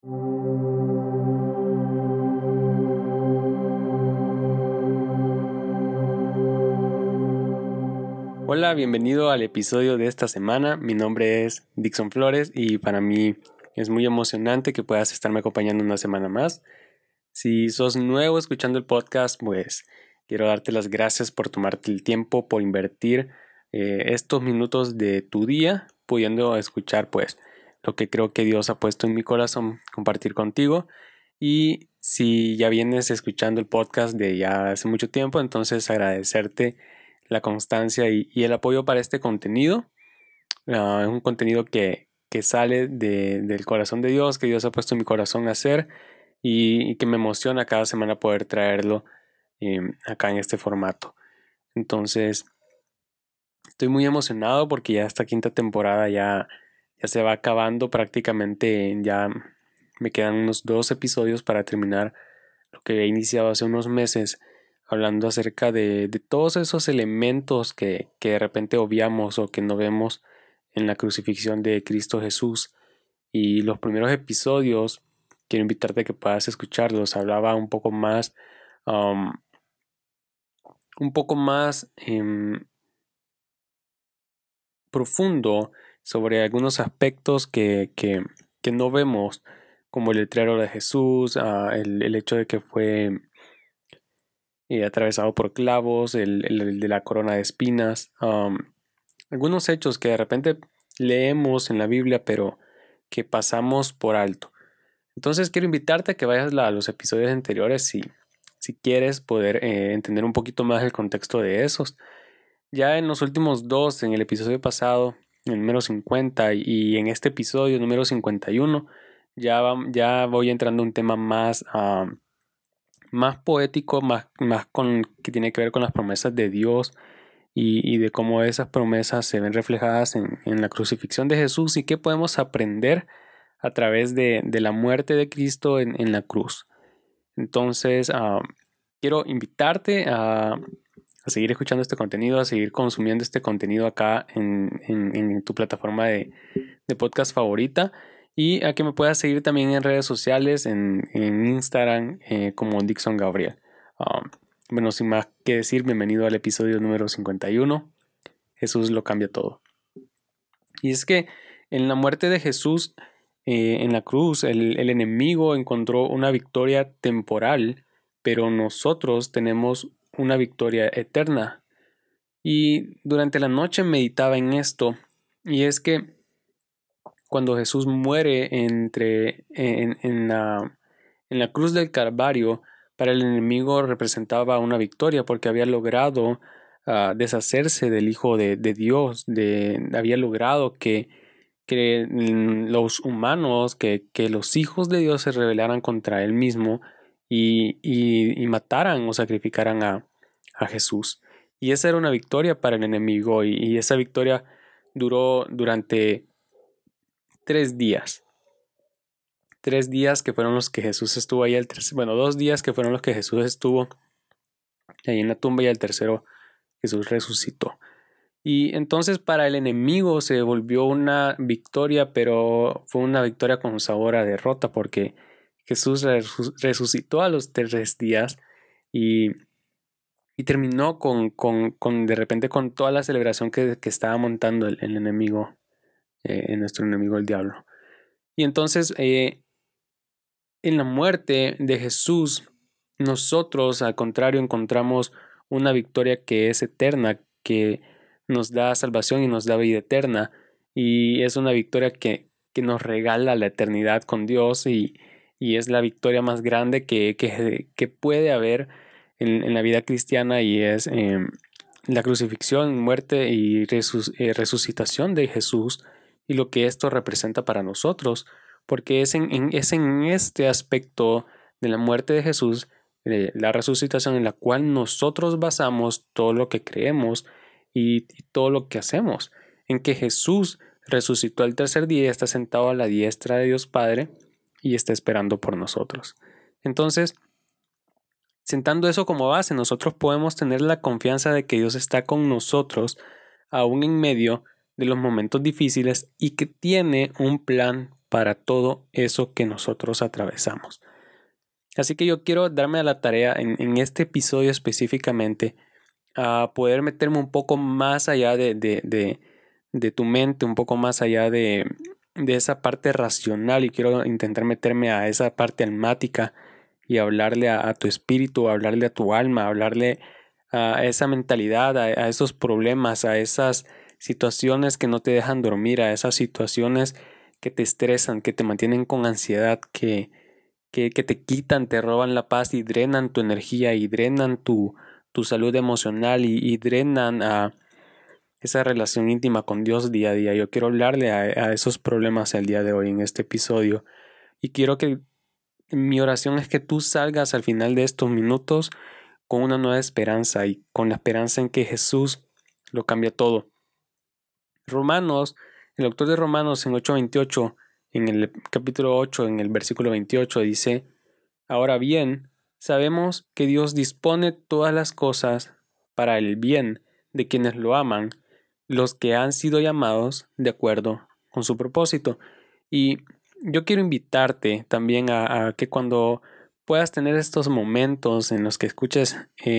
Hola, bienvenido al episodio de esta semana. Mi nombre es Dixon Flores y para mí es muy emocionante que puedas estarme acompañando una semana más. Si sos nuevo escuchando el podcast, pues quiero darte las gracias por tomarte el tiempo, por invertir estos minutos de tu día, pudiendo escuchar pues lo que creo que Dios ha puesto en mi corazón compartir contigo. Y si ya vienes escuchando el podcast de ya hace mucho tiempo, entonces agradecerte la constancia y el apoyo para este contenido. Es un contenido que sale del corazón de Dios, que Dios ha puesto en mi corazón a hacer y que me emociona cada semana poder traerlo acá en este formato. Entonces, estoy muy emocionado porque ya esta quinta temporada ya se va acabando prácticamente. Ya me quedan unos 2 episodios para terminar lo que he iniciado hace unos meses, hablando acerca de todos esos elementos que de repente obviamos o que no vemos en la crucifixión de Cristo Jesús. Y los primeros episodios, quiero invitarte a que puedas escucharlos. Hablaba un poco más um, profundo sobre algunos aspectos que no vemos, como el letrero de Jesús, el hecho de que fue atravesado por clavos, el de la corona de espinas, algunos hechos que de repente leemos en la Biblia pero que pasamos por alto. Entonces quiero invitarte a que vayas a los episodios anteriores si quieres poder entender un poquito más el contexto de esos. Ya en los últimos 2, en el episodio pasado, el número 50 y en este episodio número 51, ya voy entrando a un tema más poético, más que tiene que ver con las promesas de Dios y de cómo esas promesas se ven reflejadas en la crucifixión de Jesús y qué podemos aprender a través de la muerte de Cristo en la cruz. Entonces, quiero invitarte a seguir escuchando este contenido, a seguir consumiendo este contenido acá en tu plataforma de podcast favorita y a que me puedas seguir también en redes sociales, en Instagram como Dixon Gabriel. Bueno, sin más que decir, bienvenido al episodio número 51. Jesús lo cambia todo. Y es que en la muerte de Jesús en la cruz, el enemigo encontró una victoria temporal, pero nosotros tenemos una victoria eterna. Y durante la noche meditaba en esto, y es que cuando Jesús muere en la cruz del Calvario, para el enemigo representaba una victoria porque había logrado deshacerse del Hijo de Dios, había logrado que los humanos, que los hijos de Dios se rebelaran contra él mismo y mataran o sacrificaran a Jesús. Y esa era una victoria para el enemigo y esa victoria duró durante 3 días. 3 días que fueron los que Jesús estuvo ahí, 2 días que fueron los que Jesús estuvo ahí en la tumba y al tercero Jesús resucitó. Y entonces para el enemigo se volvió una victoria, pero fue una victoria con sabor a derrota porque Jesús resucitó a los 3 días y terminó con de repente con toda la celebración que estaba montando el enemigo, nuestro enemigo el diablo. Y entonces en la muerte de Jesús nosotros al contrario encontramos una victoria que es eterna, que nos da salvación y nos da vida eterna, y es una victoria que nos regala la eternidad con Dios y es la victoria más grande que puede haber en la vida cristiana, y es la crucifixión, muerte y resucitación de Jesús y lo que esto representa para nosotros, porque es en este aspecto de la muerte de Jesús, la resucitación, en la cual nosotros basamos todo lo que creemos y todo lo que hacemos, en que Jesús resucitó al tercer día y está sentado a la diestra de Dios Padre y está esperando por nosotros. Entonces, sentando eso como base, nosotros podemos tener la confianza de que Dios está con nosotros aún en medio de los momentos difíciles y que tiene un plan para todo eso que nosotros atravesamos. Así que yo quiero darme a la tarea en este episodio específicamente a poder meterme un poco más allá de tu mente, un poco más allá de esa parte racional, y quiero intentar meterme a esa parte almática y hablarle a tu espíritu, hablarle a tu alma, hablarle a esa mentalidad, a esos problemas, a esas situaciones que no te dejan dormir, a esas situaciones que te estresan, que te mantienen con ansiedad, que te quitan, te roban la paz y drenan tu energía y drenan tu salud emocional y drenan a esa relación íntima con Dios día a día. Yo quiero hablarle a esos problemas el día de hoy en este episodio, y quiero que mi oración es que tú salgas al final de estos minutos con una nueva esperanza y con la esperanza en que Jesús lo cambia todo. Romanos, el autor de Romanos en 8:28, en el capítulo 8, en el versículo 28, dice: ahora bien, sabemos que Dios dispone todas las cosas para el bien de quienes lo aman, los que han sido llamados de acuerdo con su propósito. Y yo quiero invitarte también a que cuando puedas tener estos momentos en los que escuches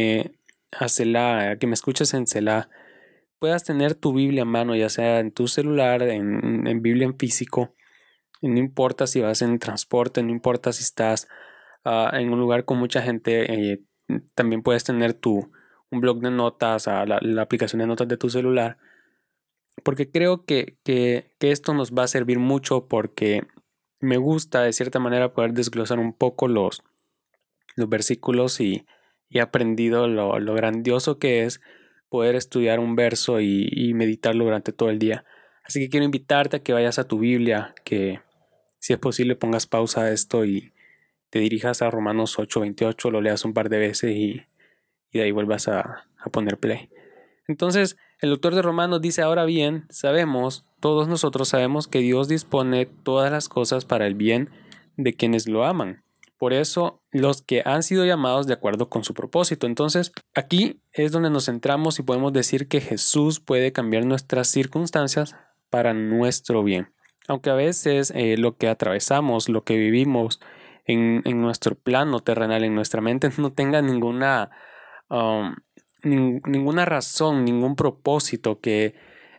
a Selah, que me escuches en Selah, puedas tener tu Biblia a mano, ya sea en tu celular, en Biblia en físico. Y no importa si vas en transporte, no importa si estás en un lugar con mucha gente, también puedes tener un blog de notas, la aplicación de notas de tu celular, porque creo que esto nos va a servir mucho, porque me gusta de cierta manera poder desglosar un poco los versículos, y he aprendido lo grandioso que es poder estudiar un verso y meditarlo durante todo el día. Así que quiero invitarte a que vayas a tu Biblia, que si es posible pongas pausa a esto y te dirijas a Romanos 8:28, lo leas un par de veces y de ahí vuelvas a poner play. Entonces, el autor de Romanos dice: ahora bien, todos nosotros sabemos que Dios dispone todas las cosas para el bien de quienes lo aman. Por eso, los que han sido llamados de acuerdo con su propósito. Entonces, aquí es donde nos centramos y podemos decir que Jesús puede cambiar nuestras circunstancias para nuestro bien. Aunque a veces lo que atravesamos, lo que vivimos en nuestro plano terrenal, en nuestra mente, no tenga um, ninguna razón, ningún propósito, que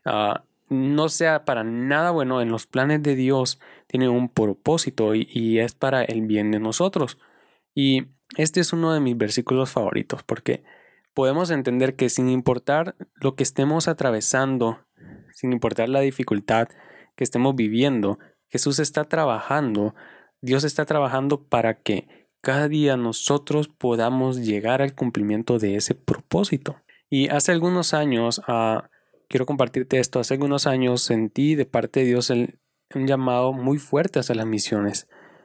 no sea para nada bueno, en los planes de Dios tiene un propósito, y es para el bien de nosotros. Y este es uno de mis versículos favoritos, porque podemos entender que sin importar lo que estemos atravesando, sin importar la dificultad que estemos viviendo, Jesús está trabajando, Dios está trabajando para que cada día nosotros podamos llegar al cumplimiento de ese propósito. Y hace algunos años, quiero compartirte esto, hace algunos años sentí de parte de Dios un llamado muy fuerte hacia las misiones.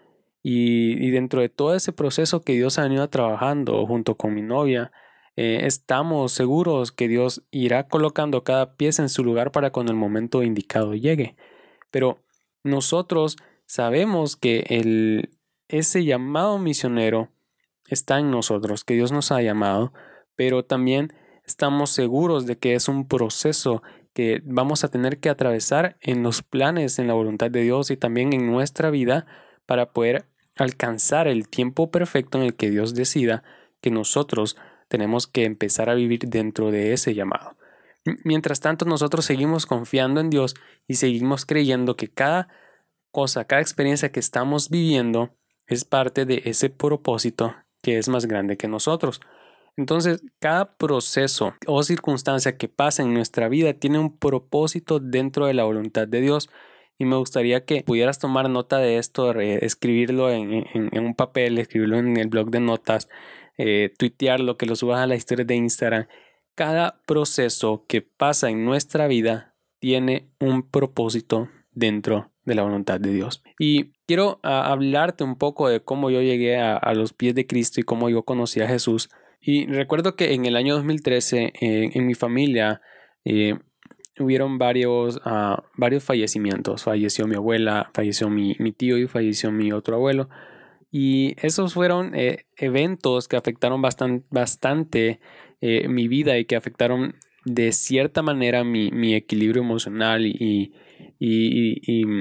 Y dentro de todo ese proceso que Dios ha venido trabajando junto con mi novia, estamos seguros que Dios irá colocando cada pieza en su lugar para cuando el momento indicado llegue. Pero nosotros sabemos que ese llamado misionero está en nosotros, que Dios nos ha llamado, pero también estamos seguros de que es un proceso que vamos a tener que atravesar en los planes, en la voluntad de Dios y también en nuestra vida, para poder alcanzar el tiempo perfecto en el que Dios decida que nosotros tenemos que empezar a vivir dentro de ese llamado. Mientras tanto, nosotros seguimos confiando en Dios y seguimos creyendo que cada cosa, cada experiencia que estamos viviendo es parte de ese propósito que es más grande que nosotros. Entonces, cada proceso o circunstancia que pasa en nuestra vida tiene un propósito dentro de la voluntad de Dios. Y me gustaría que pudieras tomar nota de esto, escribirlo en un papel, escribirlo en el blog de notas, tuitearlo, que lo subas a la historia de Instagram. Cada proceso que pasa en nuestra vida tiene un propósito dentro de la voluntad de Dios. Y quiero hablarte un poco de cómo yo llegué a los pies de Cristo y cómo yo conocí a Jesús. Y recuerdo que en el año 2013 en mi familia hubieron varios fallecimientos. Falleció mi abuela, falleció mi tío y falleció mi otro abuelo. Y esos fueron eventos que afectaron bastante mi vida, y que afectaron de cierta manera mi equilibrio emocional y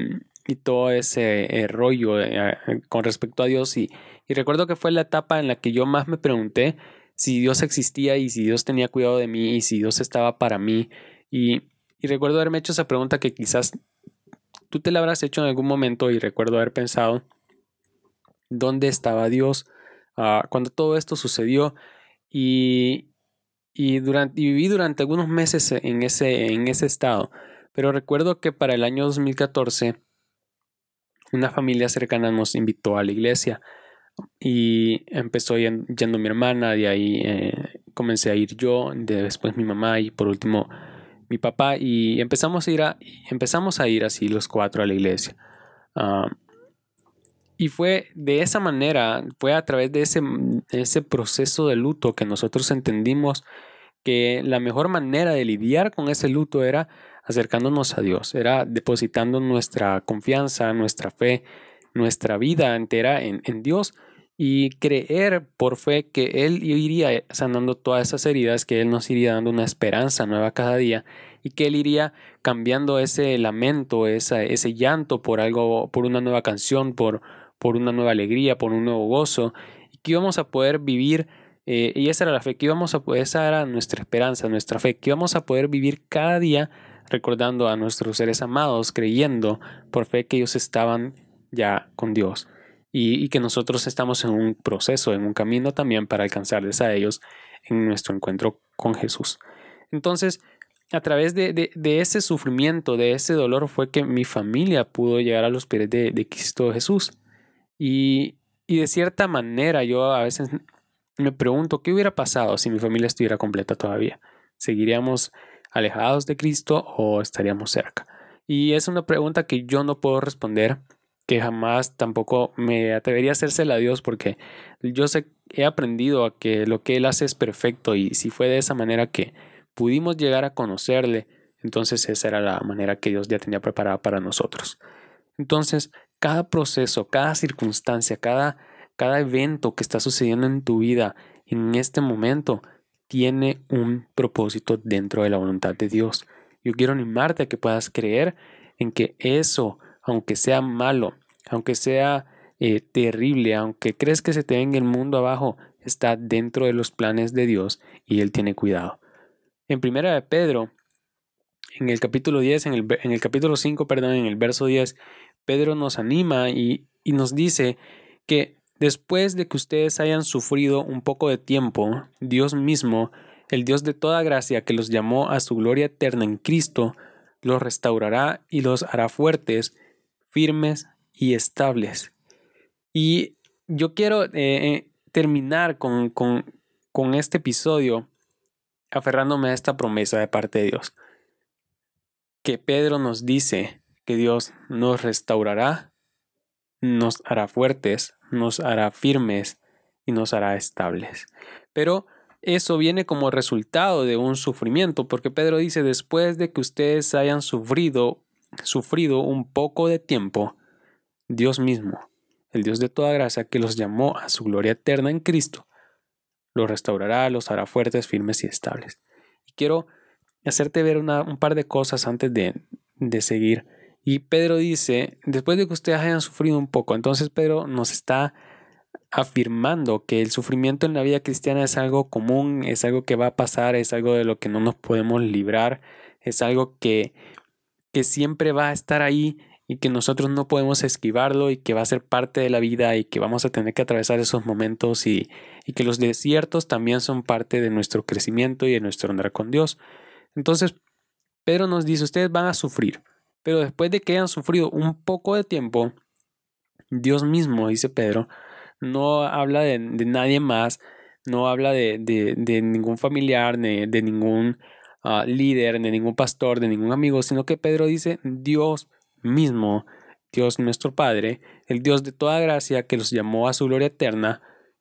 todo ese rollo con respecto a Dios. Y recuerdo que fue la etapa en la que yo más me pregunté si Dios existía y si Dios tenía cuidado de mí y si Dios estaba para mí. Y recuerdo haberme hecho esa pregunta que quizás tú te la habrás hecho en algún momento, y recuerdo haber pensado, ¿dónde estaba Dios cuando todo esto sucedió? Y, y viví durante algunos meses en ese estado. Pero recuerdo que para el año 2014 una familia cercana nos invitó a la iglesia y empezó yendo mi hermana, de ahí comencé a ir yo, después mi mamá y por último mi papá, y empezamos a ir así los cuatro a la iglesia. Ah, y fue de esa manera, fue a través de ese proceso de luto que nosotros entendimos que la mejor manera de lidiar con ese luto era acercándonos a Dios, era depositando nuestra confianza, nuestra fe, nuestra vida entera en Dios, y creer por fe que Él iría sanando todas esas heridas, que Él nos iría dando una esperanza nueva cada día y que Él iría cambiando ese lamento, ese llanto por algo, por una nueva canción, por una nueva alegría, por un nuevo gozo, y que íbamos a poder vivir. Y esa era la fe, esa era nuestra esperanza, nuestra fe, que íbamos a poder vivir cada día recordando a nuestros seres amados, creyendo por fe que ellos estaban ya con Dios, y que nosotros estamos en un proceso, en un camino también para alcanzarles a ellos en nuestro encuentro con Jesús. Entonces, a través de ese sufrimiento, de ese dolor, fue que mi familia pudo llegar a los pies de Cristo Jesús. Y de cierta manera yo a veces me pregunto qué hubiera pasado si mi familia estuviera completa todavía. ¿Seguiríamos alejados de Cristo o estaríamos cerca? Y es una pregunta que yo no puedo responder, que jamás tampoco me atrevería a hacérsela a Dios, porque yo he aprendido a que lo que Él hace es perfecto, y si fue de esa manera que pudimos llegar a conocerle, entonces esa era la manera que Dios ya tenía preparada para nosotros. Entonces, cada proceso, cada circunstancia, cada evento que está sucediendo en tu vida en este momento tiene un propósito dentro de la voluntad de Dios. Yo quiero animarte a que puedas creer en que eso, aunque sea malo, aunque sea terrible, aunque crees que se te venga el mundo abajo, está dentro de los planes de Dios y Él tiene cuidado. En primera de Pedro, en el capítulo 10, en el capítulo 5, perdón, en el verso 10, Pedro nos anima y nos dice que después de que ustedes hayan sufrido un poco de tiempo, Dios mismo, el Dios de toda gracia que los llamó a su gloria eterna en Cristo, los restaurará y los hará fuertes, firmes y estables. Y yo quiero terminar con este episodio aferrándome a esta promesa de parte de Dios, que Pedro nos dice que Dios nos restaurará, nos hará fuertes, nos hará firmes y nos hará estables. Pero eso viene como resultado de un sufrimiento, porque Pedro dice, después de que ustedes hayan sufrido un poco de tiempo, Dios mismo, el Dios de toda gracia que los llamó a su gloria eterna en Cristo, los restaurará, los hará fuertes, firmes y estables. Y quiero hacerte ver un par de cosas antes de seguir. Y Pedro dice, después de que ustedes hayan sufrido un poco, entonces Pedro nos está afirmando que el sufrimiento en la vida cristiana es algo común, es algo que va a pasar, es algo de lo que no nos podemos librar, es algo que siempre va a estar ahí y que nosotros no podemos esquivarlo, y que va a ser parte de la vida y que vamos a tener que atravesar esos momentos, y que los desiertos también son parte de nuestro crecimiento y de nuestro andar con Dios. Entonces, Pedro nos dice, ustedes van a sufrir, pero después de que hayan sufrido un poco de tiempo, Dios mismo, dice Pedro, no habla de nadie más, no habla de ningún familiar, ni de ningún líder, de ningún pastor, de ningún amigo, sino que Pedro dice, Dios mismo, Dios nuestro Padre, el Dios de toda gracia que los llamó a su gloria eterna,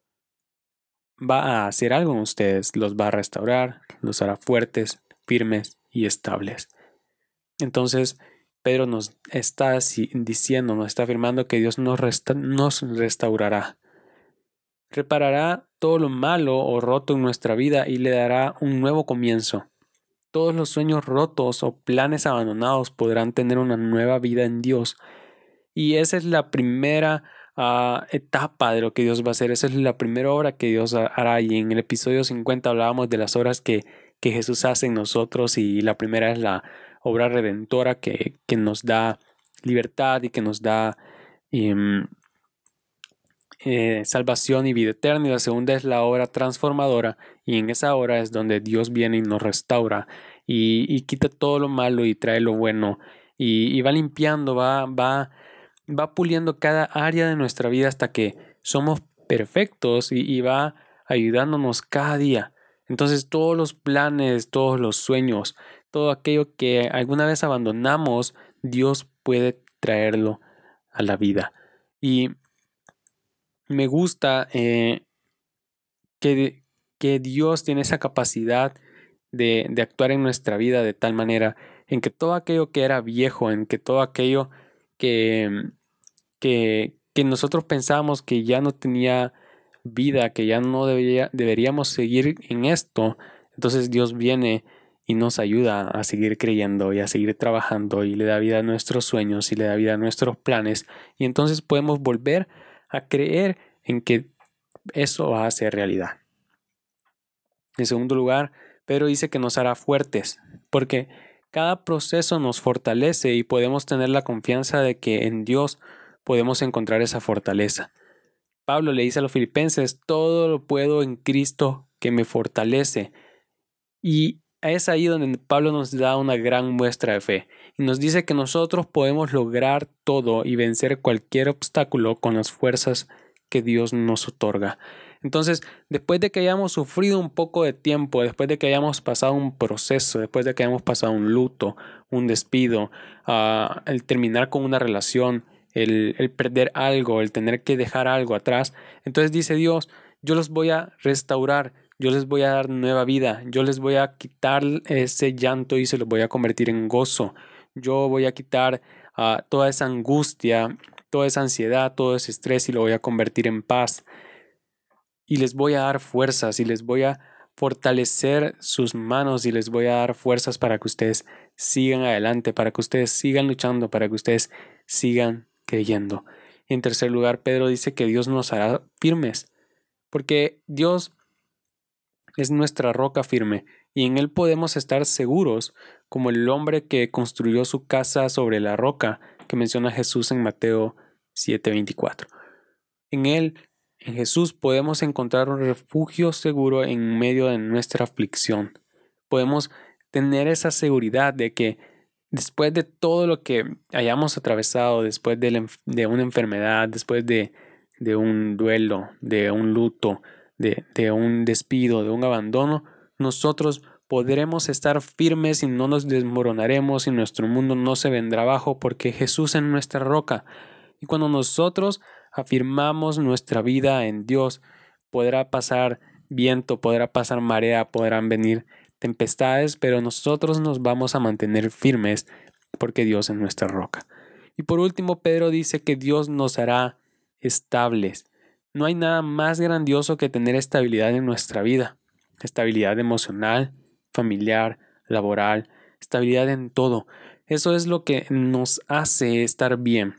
va a hacer algo en ustedes, los va a restaurar, los hará fuertes, firmes y estables. Entonces, Pedro nos está diciendo, nos está afirmando que Dios nos restaurará. Reparará todo lo malo o roto en nuestra vida y le dará un nuevo comienzo. Todos los sueños rotos o planes abandonados podrán tener una nueva vida en Dios. Y esa es la primera etapa de lo que Dios va a hacer. Esa es la primera obra que Dios hará. Y en el episodio 50 hablábamos de las obras que Jesús hace en nosotros, y la primera es la obra redentora que nos da libertad y que nos da salvación y vida eterna, y la segunda es la obra transformadora, y en esa obra es donde Dios viene y nos restaura y quita todo lo malo y trae lo bueno, y va limpiando, va puliendo cada área de nuestra vida hasta que somos perfectos, y va ayudándonos cada día. Entonces todos los planes, todos los sueños, todo aquello que alguna vez abandonamos, Dios puede traerlo a la vida. Y me gusta que Dios tiene esa capacidad de actuar en nuestra vida de tal manera en que todo aquello que era viejo, en que todo aquello que, que nosotros pensábamos que ya no tenía vida, que ya no deberíamos seguir en esto, entonces Dios viene y nos ayuda a seguir creyendo y a seguir trabajando, y le da vida a nuestros sueños y le da vida a nuestros planes, y entonces podemos volver a creer en que eso va a ser realidad. En segundo lugar, Pedro dice que nos hará fuertes, porque cada proceso nos fortalece y podemos tener la confianza de que en Dios podemos encontrar esa fortaleza. Pablo le dice a los filipenses: todo lo puedo en Cristo que me fortalece. Y es ahí donde Pablo nos da una gran muestra de fe y nos dice que nosotros podemos lograr todo y vencer cualquier obstáculo con las fuerzas que Dios nos otorga. Entonces, después de que hayamos sufrido un poco de tiempo, después de que hayamos pasado un proceso, después de que hayamos pasado un luto, un despido, el terminar con una relación, el perder algo, el tener que dejar algo atrás, entonces dice Dios: yo los voy a restaurar, yo les voy a dar nueva vida, yo les voy a quitar ese llanto y se los voy a convertir en gozo. Yo voy a quitar toda esa angustia, toda esa ansiedad, todo ese estrés, y lo voy a convertir en paz. Y les voy a dar fuerzas y les voy a fortalecer sus manos y les voy a dar fuerzas para que ustedes sigan adelante, para que ustedes sigan luchando, para que ustedes sigan creyendo. Y en tercer lugar, Pedro dice que Dios nos hará firmes, porque Dios es nuestra roca firme y en Él podemos estar seguros, como el hombre que construyó su casa sobre la roca que menciona Jesús en Mateo 7:24. En Él, en Jesús, podemos encontrar un refugio seguro en medio de nuestra aflicción. Podemos tener esa seguridad de que después de todo lo que hayamos atravesado, después de una enfermedad, después de un duelo, de un luto, de un despido, de un abandono, nosotros podremos estar firmes y no nos desmoronaremos y nuestro mundo no se vendrá abajo, porque Jesús es nuestra roca. Y cuando nosotros afirmamos nuestra vida en Dios, podrá pasar viento, podrá pasar marea, podrán venir tempestades, pero nosotros nos vamos a mantener firmes porque Dios es nuestra roca. Y por último, Pedro dice que Dios nos hará estables. No hay nada más grandioso que tener estabilidad en nuestra vida. Estabilidad emocional, familiar, laboral, estabilidad en todo. Eso es lo que nos hace estar bien.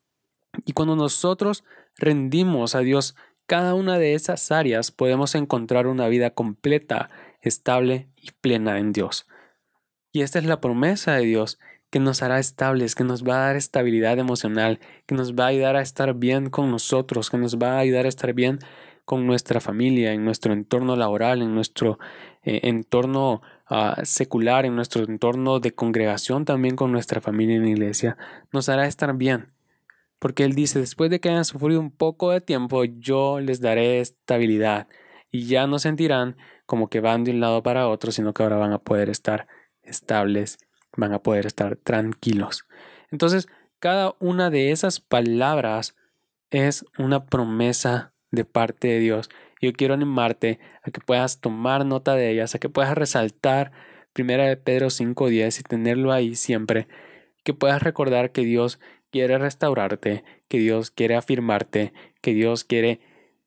Y cuando nosotros rendimos a Dios cada una de esas áreas, podemos encontrar una vida completa, estable y plena en Dios. Y esta es la promesa de Dios, que nos hará estables, que nos va a dar estabilidad emocional, que nos va a ayudar a estar bien con nosotros, que nos va a ayudar a estar bien con nuestra familia, en nuestro entorno laboral, en nuestro entorno secular, en nuestro entorno de congregación, también con nuestra familia en la iglesia. Nos hará estar bien. Porque Él dice: después de que hayan sufrido un poco de tiempo, yo les daré estabilidad. Y ya no sentirán como que van de un lado para otro, sino que ahora van a poder estar estables, van a poder estar tranquilos. Entonces, cada una de esas palabras es una promesa de parte de Dios. Yo quiero animarte a que puedas tomar nota de ellas, a que puedas resaltar 1 Pedro 5:10 y tenerlo ahí siempre, que puedas recordar que Dios quiere restaurarte, que Dios quiere afirmarte, que Dios quiere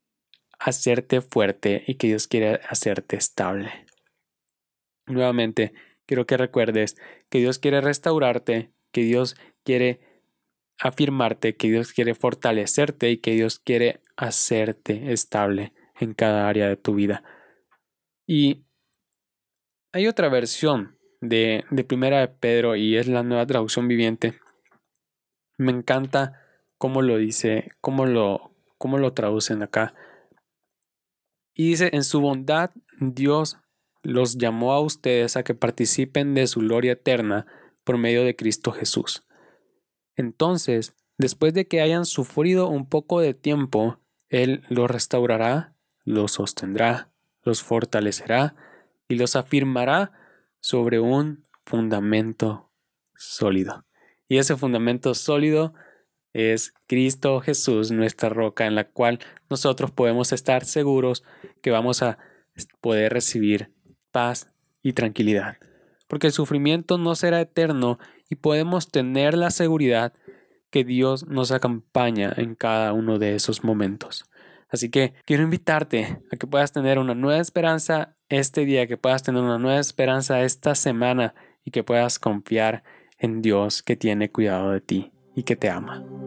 hacerte fuerte y que Dios quiere hacerte estable. Nuevamente, quiero que recuerdes que Dios quiere restaurarte, que Dios quiere afirmarte, que Dios quiere fortalecerte y que Dios quiere hacerte estable en cada área de tu vida. Y hay otra versión de Primera de Pedro y es la Nueva Traducción Viviente. Me encanta cómo lo dice, cómo lo traducen acá. Y dice, en su bondad Dios los llamó a ustedes a que participen de su gloria eterna por medio de Cristo Jesús. Entonces, después de que hayan sufrido un poco de tiempo, Él los restaurará, los sostendrá, los fortalecerá y los afirmará sobre un fundamento sólido. Y ese fundamento sólido es Cristo Jesús, nuestra roca, en la cual nosotros podemos estar seguros que vamos a poder recibir paz y tranquilidad. Porque el sufrimiento no será eterno y podemos tener la seguridad que Dios nos acompaña en cada uno de esos momentos. Así que quiero invitarte a que puedas tener una nueva esperanza este día, que puedas tener una nueva esperanza esta semana y que puedas confiar en Dios que tiene cuidado de ti y que te ama.